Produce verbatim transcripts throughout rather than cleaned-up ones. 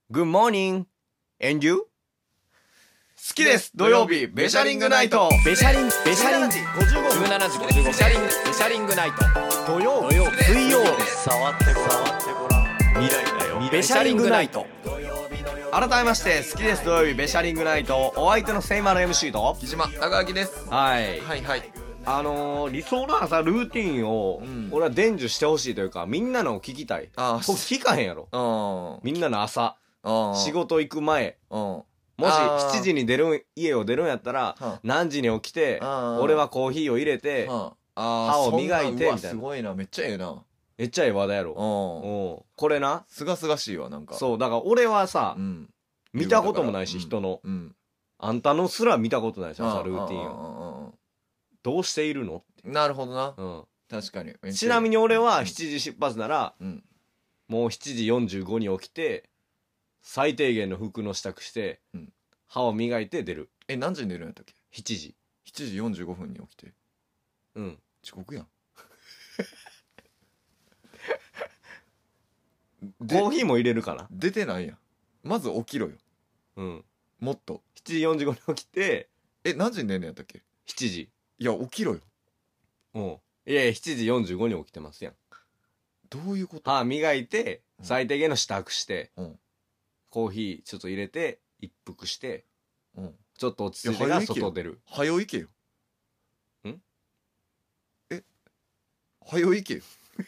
Good morning. And you? 好きです土曜日ベシャリングナイト。ベシャリンベシャリンじゅうしちじごじゅうごベシャリンベシャリングナイト。土曜土曜水曜触ってごらん触ってごらん未来だよベシャリングナイト。改めまして好きです土曜日ベシャリングナイト、お相手のセイマル エムシー と木島高明です。 はいはいはい。 あのー、理想の朝ルーティンを、うん、俺は伝授してほしいというか、みんなのを聞きたい。ああ、僕聞かへんやろ。あみんなの朝あ仕事行く前あもししちじに出る家を出るんやったら何時に起きて俺はコーヒーを入れて歯を磨いてみたいな。 すごいな、めっちゃええな。 めっちゃええ話題やろ。おこれなすがすがしいわ。なんかそうだから俺はさ、うん、見たこともないし、うん、人の、うん、あんたのすら見たことないし朝ルーティンをどうしているのって。 なるほどな、うん、確かに。 ちなみに俺はしちじ出発なら、うん、もうしちじよんじゅうごに起きて最低限の服の支度して、うん、歯を磨いて出る。 え、何時に寝るんやったっけ。 しちじしちじよんじゅうごふんに起きて。 うん遅刻やんコーヒーも入れるかな。 出てないやん。まず起きろよ。 うん、 もっとしちじよんじゅうごに起きて。 え、何時に寝るんやったっけ。 しちじ。 いや起きろよ。 うん、いやいやしちじよんじゅうごに起きてますやん。 どういうこと。 歯磨いて最低限の支度して、うん、コーヒーちょっと入れて一服して、うん、ちょっと落ち着いてから外出る。 はよ行けよ。 んえはよ行けよ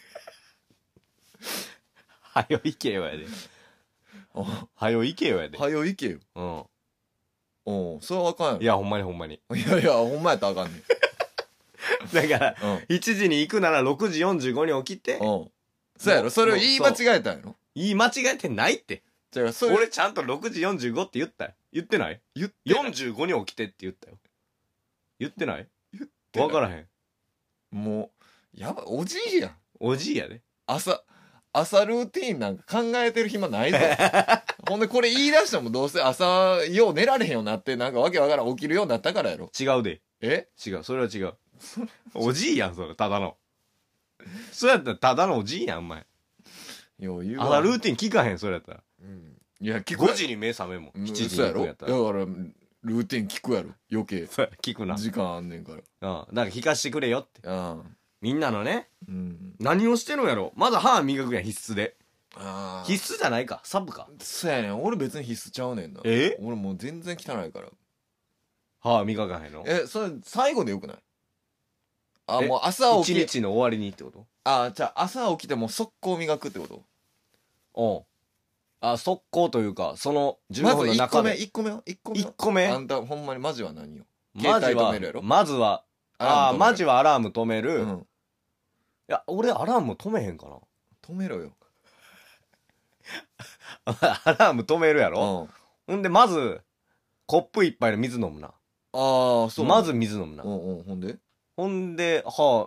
はよ行けよやではよ行けよやではよ行けよ。うんおうそれはあかんやろ。 いやほんまにほんまに。 いやいやほんまやったらあかんねんだから、うん、しちじに行くならろくじよんじゅうごに起きて。うんそうやろ。それを言い間違えたんやろ。 言い間違えてないって。 じゃあそれ俺ちゃんとろくじよんじゅうごって言ったよ。言ってない？ 言ってない。 よんじゅうごに起きてって言ったよ。言ってない？ 言ってない。 分からへん。 もうやばいおじいやん。 おじいやで。 朝朝ルーティーンなんか考えてる暇ないぞほんでこれ言い出したのもどうせ朝よう寝られへんようになってなんかわけわからん起きるようになったからやろ。 違うで。 え違う、それは違うおじいやんそれ。ただのそうやったらただのおじいやんお前。 よう言うわ。 朝ルーティン聞かへんそれやったら、 うん、いや聞くごじに目覚めもん。しちじに行くんやったら。 だからルーティン聞くやろ余計。 聞くな。 時間あんねんから。 ああだから聞かしてくれよって。ああみんなのね、 うん、 何をしてるんやろ。まだ歯磨くやん必須で。あ必須じゃないか、サブか。 そうやねん。俺別に必須ちゃうねんな。 え俺もう全然汚いから歯磨かへんの。 えそれ最後でよくない。あもう朝起き一日の終わりにってこと。 あじゃあ朝起きても速攻磨くってこと。 おうあ速攻というかそのじゅうごふんの中で。 まずいっこめいっこめよいっこめいっこめ。 あんたほんまにマジは何よ。 マジはまずはあマジはアラーム止める、うん、いや俺アラーム止めへんかな。 止めろよアラーム止めるやろ、うん、んでまずコップ一杯の水飲むな。 ああそう。 まず水飲むな。 うんうん。ほんでほんで歯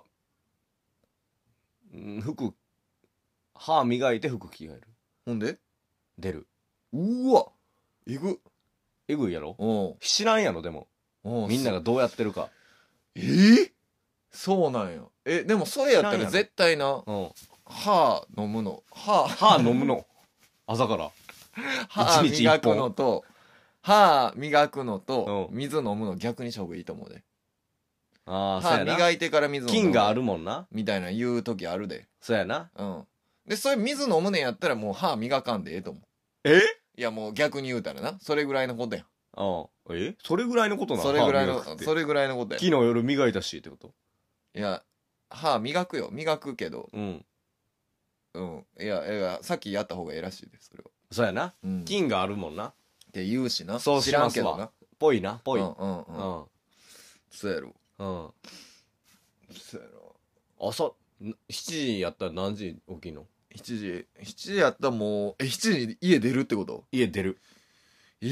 服歯磨いて服着替える。 ほんで出る。 うわえぐえぐいやろ。知らんやろでもみんながどうやってるか。 えー、そうなんや。えでもそれやったら絶対な、うん、歯飲むの歯歯飲むの朝から歯磨くのと歯磨くのと水飲むの逆にした方がいいと思うで。あ歯磨いてから水飲む菌があるもんなみたいな言う時あるで。 そうやな。 うんでそれ水飲むねんやったらもう歯磨かんでええと思う。 えいやもう逆に言うたらなそれぐらいのことやん。 ああえそれぐらいのことな。 それぐらいのそれぐらいのことや。 昨日夜磨いたしってこと。 いや歯磨くよ磨くけどうんうんいやいやさっきやった方がええらしいですそれは。 そうやな、うん、菌があるもんなって言うしな。 そう知らんけどな。ぽいなぽい。うんうんうん、うん、 そうやろ。うんそうやろ。朝しちじやったら何時起きんの。 しちじしちじやったらもうえしちじに家出るってこと。 家出る。 え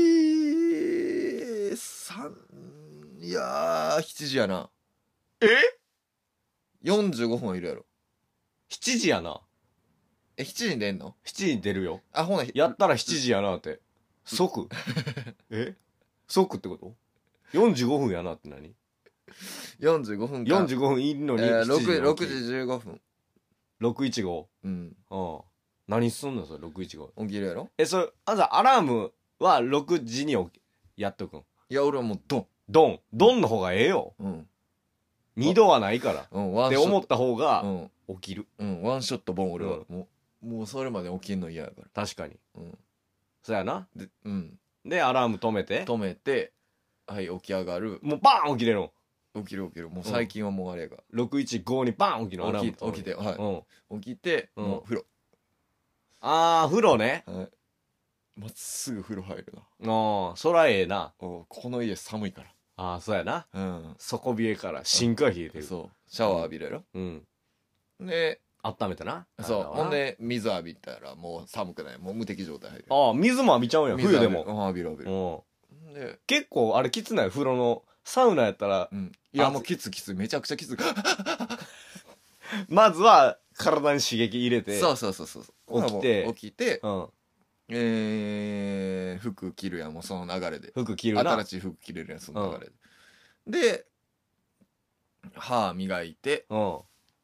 ーさんいやーしちじやな。 えよんじゅうごふんはいるやろ。 しちじやな。 えしちじに出んの。 しちじに出るよ。 あほなやったらしちじやなって即え即ってこと。よんじゅうごふんやなって何。 よんじゅうごふんか。 よんじゅうごふんいるのに、えー、 ろくじじゅうごふんろくいちご。うん。ああ何すんのそれろくいちご。 起きるやろ。 え、それ、あんたアラームはろくじに起きやっとくん。 いや、俺はもうドン。 ドン。ドンの方がええよ。 うん。 二度はないから。 うん、ワンってショット。 思った方がうん。 起きる。 うん、ワンショットボン俺は。 うもう、もうそれまで起きんの嫌やから。 確かに。 うん。 そうやな。 で、うん。 で、アラーム止めて。 止めて、はい、起き上がる。 もうバーン起きれるの。 起きる起きる。もう最近はもうあれやかろくいちごにバーン起きるのアラーム起き起きて、はうん。 い。起きて、 うんもう風呂。 あー、風呂ね。 はい。まっすぐ風呂入るな。 ああ、そらええな。 おこの家寒いかああ、そうやな。 ら。うん。 底冷えから芯から冷えてる。 そう。シャワー浴びれる。 うん。 で、 温めたな。 そう。 あなたはなほん。で、水浴びたらもう寒くない。もう無敵状態入る。 ああ、水も浴びちゃうんや。 水浴びる冬でも。 うん浴びる浴びる。 うん。 で、 結構、あれきつない風呂の、サウナやったらう、ん。いや、 あもうきつきつ。めちゃくちゃきつい。 まずは、体に刺激入れて。 そうそうそうそう。 起きてもう起きて、 うん。 えー、服着るやん、もうその流れで。 服着るな。 新しい服着れるやん、その流れで。で、歯磨いて、 うん。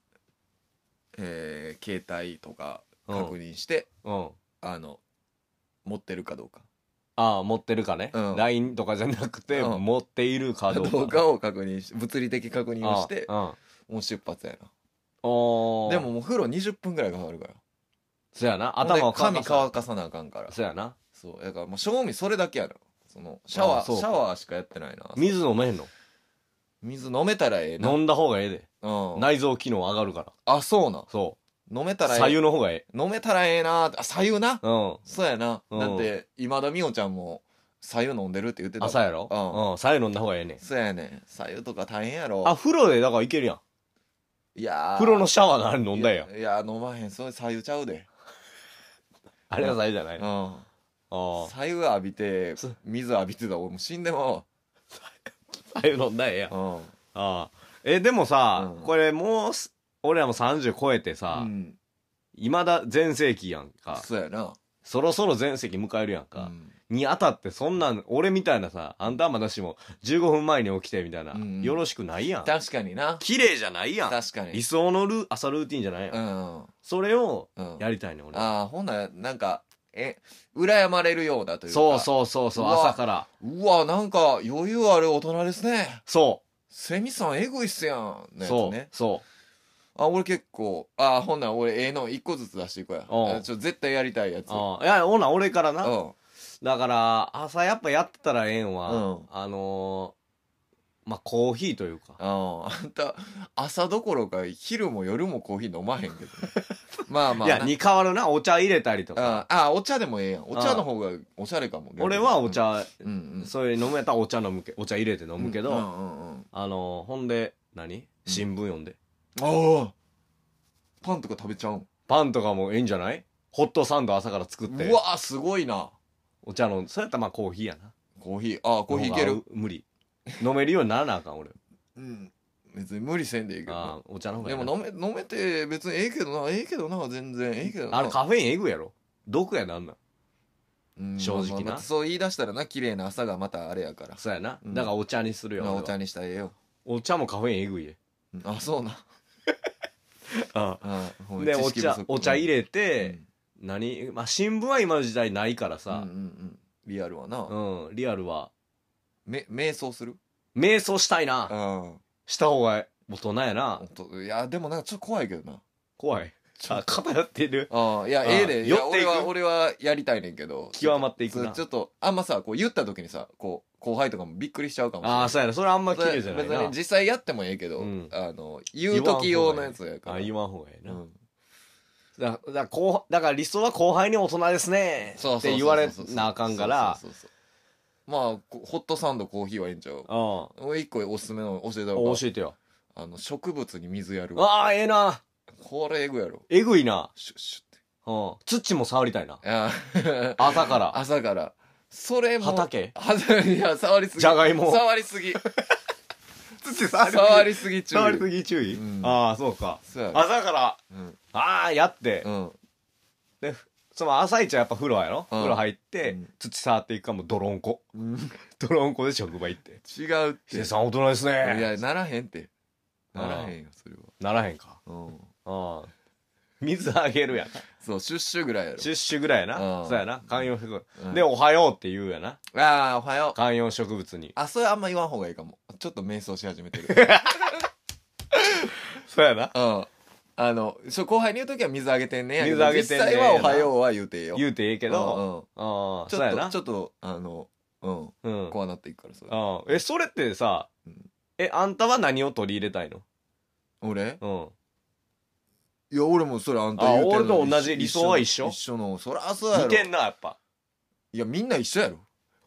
えー、携帯とかうん確認して、 うん。 あの、持ってるかどうか。 ああ、持ってるかね。 うんライン とかじゃなくて、 うん持っているかどうか。 どうかを確認し、物理的確認をして、 うん。うん。 もう出発やな。 おー。 でも、もう風呂にじゅっぷんぐらいかかるから。 そうやな。頭をほんで髪乾か乾かさなあかんから。 そうやな。 そう。だからもう正味それだけやろ。その、シャワー、 あそうかシャワーしかやってないな。 水飲めへんの水飲めたらええな。 飲んだ方がええで。 うん。 内臓機能上がるから。 あ、そうな。 そ飲めたう。左らええ。 右の方がえ飲めたらええなー。あ、左右な。 え。うん。 そうやな。 うんだって、今田美桜ちゃんも、左右飲んでるって言ってたもん。 朝やろうんうん。左右飲んだ方がええねん。 そうやねん。左右とか大変やろ。 あ、風呂でだからいけるやん。 いやー風呂のシャワーのあれ飲んだやん。 いや、いや飲まへん。それ左右ちゃうで。 あれは左右じゃない。 うん。 ああ。 左右浴びてそ、 水浴びてたら俺もう死んでまうわ。 左右飲んだらええやん。あうん。 あ。え、でもさうん、 これもうす、俺らもさんじゅう超えてさう、ん。 未だ全盛期やんか。 そうやな。 そろそろ全盛期迎えるやんか。 うん。 にあたってそんなん、俺みたいなさ、あんたはまだしもじゅうごふんまえに起きてみたいな、 うんうんよろしくないやん。 確かにな。 綺麗じゃないやん。 確かに。 理想のル朝ルーティンじゃないやん。 うん。 それをうん。 やりたいねん俺。 ああ、ほんなら、なんか、え、羨まれるようだというか。 そうそうそうそう、 うわ朝から。 うわ、なんか余裕ある大人ですね。 そセミさんエグいっすやん。のう。そう。 やつね。 そあ、俺結構、あ、ほんなら俺ええの一個ずつ出していこうや。 うんあちょ、絶対やりたいやつ。 う。ああ。いや、ほな、俺からな。 うん。 だから、朝やっぱやってたらええんは、 うんあのー、まあ、コーヒーというか。 ああんた、朝どころか昼も夜もコーヒー飲まへんけどね。まあまあな。 いや、に変わるな。お茶入れたりとか。 ああ、お茶でもええやん。お茶の方がおしゃれかも。逆に俺はお。茶、 うんうん。 そういう飲めたらお茶飲むけ、お茶入れて飲むけど、 うんうんうん。 あのー、ほんで、何新聞読んで。 ああパンとか食べちゃうん。 パンとかもいいんじゃないホットサンド朝から作って。 うわーすごいな。 お茶の、そうやったらまあコーヒーやな。 コーヒー、ああ、コーヒーいける。 無理。飲めるようにならなあかん、俺。 うん。別に無理せんでいいけどな。 ああ、お茶の方がいいな。 でも飲め、飲めて別にええけどな、ええけどな、全然ええけどな。 あれカフェインエグやろ毒やなんなん。 うん正直なまあまあそう言い出したらな、綺麗な朝がまたあれやから。 そうやな。 うんだからお茶にするよ。俺はまあお茶にしたらええよ。 お茶もカフェインエグいで。 うんあ、そうな。 ああほんまで、お茶知識不足、 お茶入れうてん、 何まあ新聞は今の時代ないからさうんうんう、ん。リアルはな。 うん、リアルは、 め、瞑想する瞑想したいな。 うん。 した方が大人やなほん。といや、でもなんかちょっと怖いけどな。 怖い。あ、偏ってる。 ああ、いや、 ああええで。いや、 寄っていく俺は、俺はやりたいねんけど。 極まっていくなちょっと、あんまさ、こう言った時にさ、こう、後輩とかもびっくりしちゃうかもしれない。 ああ、そうやな。それあんま綺それ麗じゃないな別に。実際やってもええけど、 うんあの、言う時用のやつやから。 あ、言わん方がええな。 うんだだから後だから理想は後輩に大人ですねそうそうそうそうって言われなあかんからそうそうそうそうまあこホットサンドコーヒーはええんちゃううん俺一個おすすめの教えたろかお教えてよあの植物に水やるああええなこれエグやろえぐいなシュッシうん土も触りたいなュッていや朝から朝からそれも畑畑いや触りすぎじゃがいも触りすぎ土触りすぎ注意触りすぎ注意、 うんああそうかそうやろ朝からうんああやって、 うんでその朝一はやっぱ風呂やろ、 うん風呂入って、 うん土触っていくかもう泥んこうん泥んこで職場行って違うってヒデさん大人ですいねやならへんってならへんよそれはならへんかうんああ水あげるやん。 そう、シュッシュぐらいやろ。 シュッシュぐらいやな。 うんそうやな。観葉植物。 うんで、おはようって言うやな。 ああ、おはよう。 観葉植物に。 あ、それあんま言わん方がいいかも。ちょっと瞑想し始めてる。 そうやな。 うん。あの、そう後輩に言うときは水あげてんねやけど水あげてんね実際はおはようは言うてええよ。 言うてええけど、 うんうんああ、 ちょっと、 そうやなち。ょっと、あの、うん。 うん。 怖なっていくから、それ。 ああ、え、それってさうん、 え、あんたは何を取り入れたいの？ 俺うん。 いや、俺もそれあんたあ言うてんの俺と同じ理想は一緒一緒の、そりゃそうやろ。 似てんな、やっぱ。 いや、みんな一緒やろ。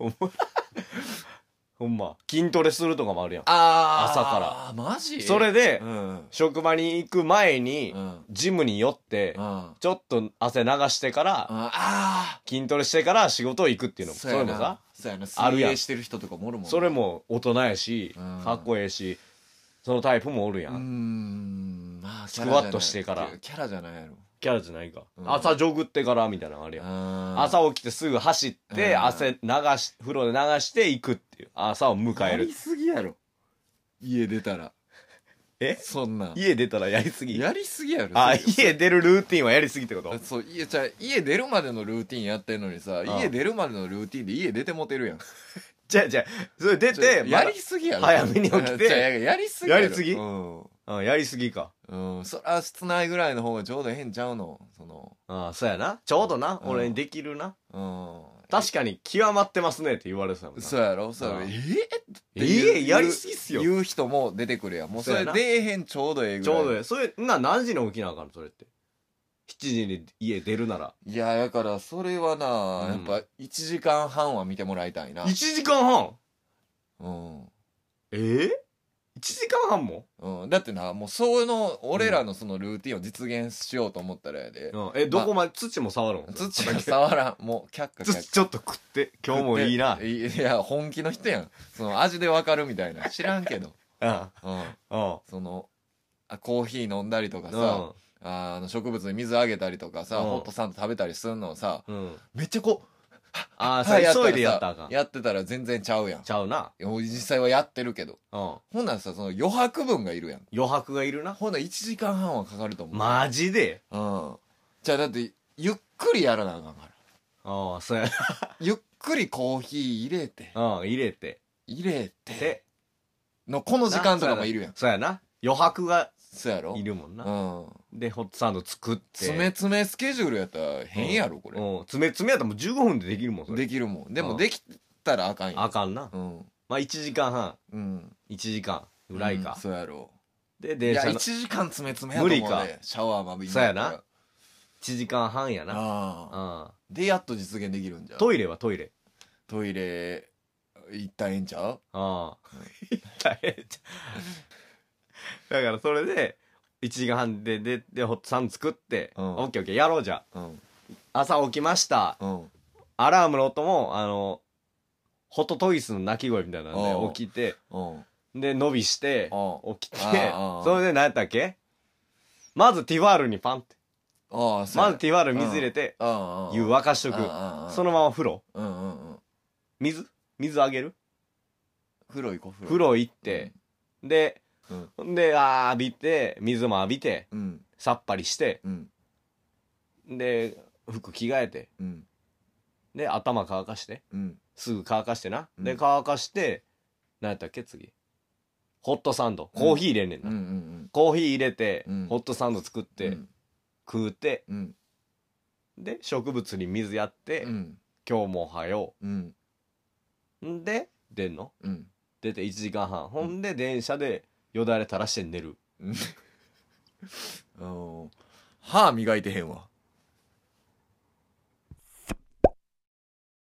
ほんま。筋トレするとかもあるやん。 あ朝からあ、マジそれでう、ん。 職場に行く前にう、ん。 ジムに寄ってう、ん。あちょっと汗流してから、 あ筋トレしてから仕事行くっていうー、 のも、そそうやなれもさ、。 そうやな。 あるやん水泳してる人とかもおるもんな。 それも大人やしうん、 かっこええし、そのタイプもおるやうーん。 ん、まあ、 スクワットしてからキャラじゃないやろ。 キャラじゃないか。 うん朝ジョグってからみたいなのあるやん。 あ朝起きてすぐ走って、 うん汗流し、風呂で流して行くっていう。朝を迎えるやり。すぎやろ。家出たら。 えそんなん。 家出たらやりすぎ。 やりすぎやろ。 あ、 そ家出るルーティンはやりすぎってこと？ そう、家、じゃあ家出るまでのルーティンやってんのにさ、 ん家出るまでのルーティンで家出てもてるやん。 じゃあじゃあそれ出ちょて、 やりすぎやろ。 早めに起きてじゃあややりすぎやろ。 やりすぎうん。 うん、やりすぎか。 うん。そら室内ぐらいの方がちょうどええんちゃうの。その。 ああ、そうやな。ちょうどな、 うん俺にできるな。 うん。 確かに極まってますねって言われてたもんな。 そうやろそうやろ。 うんえええやりすぎっすよ。 言う人も出てくるやん。もうそれそうやな出えへんちょうどええぐらい。 ちょうどええ。それ、な、何時に起きなあかんのそれって。しちじに家出るなら。 いや、だからそれはな、 うんやっぱいちじかんはんは見てもらいたいな。 いちじかんはんうん。 ええ ?いち 時間半もうん。だってな、もうその、俺らのそのルーティンを実現しようと思ったらやで。 うん。え、どこまで、土も触るの土は触らん。もう、却下却下。 土ちょっと食って、今日もいいな。 いいや、本気の人やん。その味でわかるみたいな。知らんけど。 うん。 うん。 うん。 その、あコーヒー飲んだりとかさ、 うん。 ああの植物に水あげたりとかさ、 うんホットサンド食べたりすんのをさ、 うん。 めっちゃこう、 ああ、そはいれ急いでさやったらあかん。 やってたら全然ちゃうやん。 ちゃうな。 いや実際はやってるけど。 うん。 ほんならさ、その余白分がいるやん。 余白がいるな。 ほんならいちじかんはんはかかると思う。 マジでうん。じゃあだって、ゆっくりやらなあかんから。 ああ、そうやゆっくりコーヒー入れて、 な。うん、入れて。 入れて、 で、 のこの時間とかもいるやん。 そうやな。余白がそうやろいるもんな。 うん。 で、ホットサンド作って。 詰め詰めスケジュールやったら変やろ、これ。 うん。詰め詰めやったらもうじゅうごふんでできるもん、それ。 できるもん。でうんもできたらあかんやん。 あかんな。 うん。 まあいちじかんはん、 うん。 いちじかんぐらいかうん。そうやろ。 で、 いや、 電車のいちじかん詰め詰めやと思う無理で。シャワー浴びそうやな。いちじかんはんやな。 ああ。 あで、やっと実現できるんじゃん。 トイレはトイレ。 トイレ、行ったらええんちゃうああ。大変じゃん。だからそれで、いちじかんはんで、で、で、ホットサンド作って、 うんオッケーオッケー、やろうじゃあ。 うん。 朝起きました。 うん。 アラームの音も、あの、ホットトイスの鳴き声みたいなんうんで起きて、 うん。 で、伸びして、 う起きてああ、 それで何やったっけまずティファールにパンって。 ああ、そうやまずティファール水入れて、 ああ。 湯沸かしとく。 ああ。 そのまま風呂。 うんうんうん。 水水あげる風呂行こう、風呂。 風呂行って、で、 うん。 ほんで、あー浴びて、水も浴びて、 うん。 さっぱりして、 うん。 で、服着替えて、 うん。 で、頭乾かして、 うん。 すぐ乾かしてな。で、 うん乾かして、何やったっけ次。ホットサンド。コーヒー入れんねんな。 うんうんコーヒー入れて、 うんホットサンド作っうん。 て、食うて、 うん。 で、植物に水やって、 うん。 今日もおはようん。 う。んで、出んのうん。 出ていちじかんはん。ほんで、電車でよだれ垂らして寝る。 うん。歯磨いてへんわ。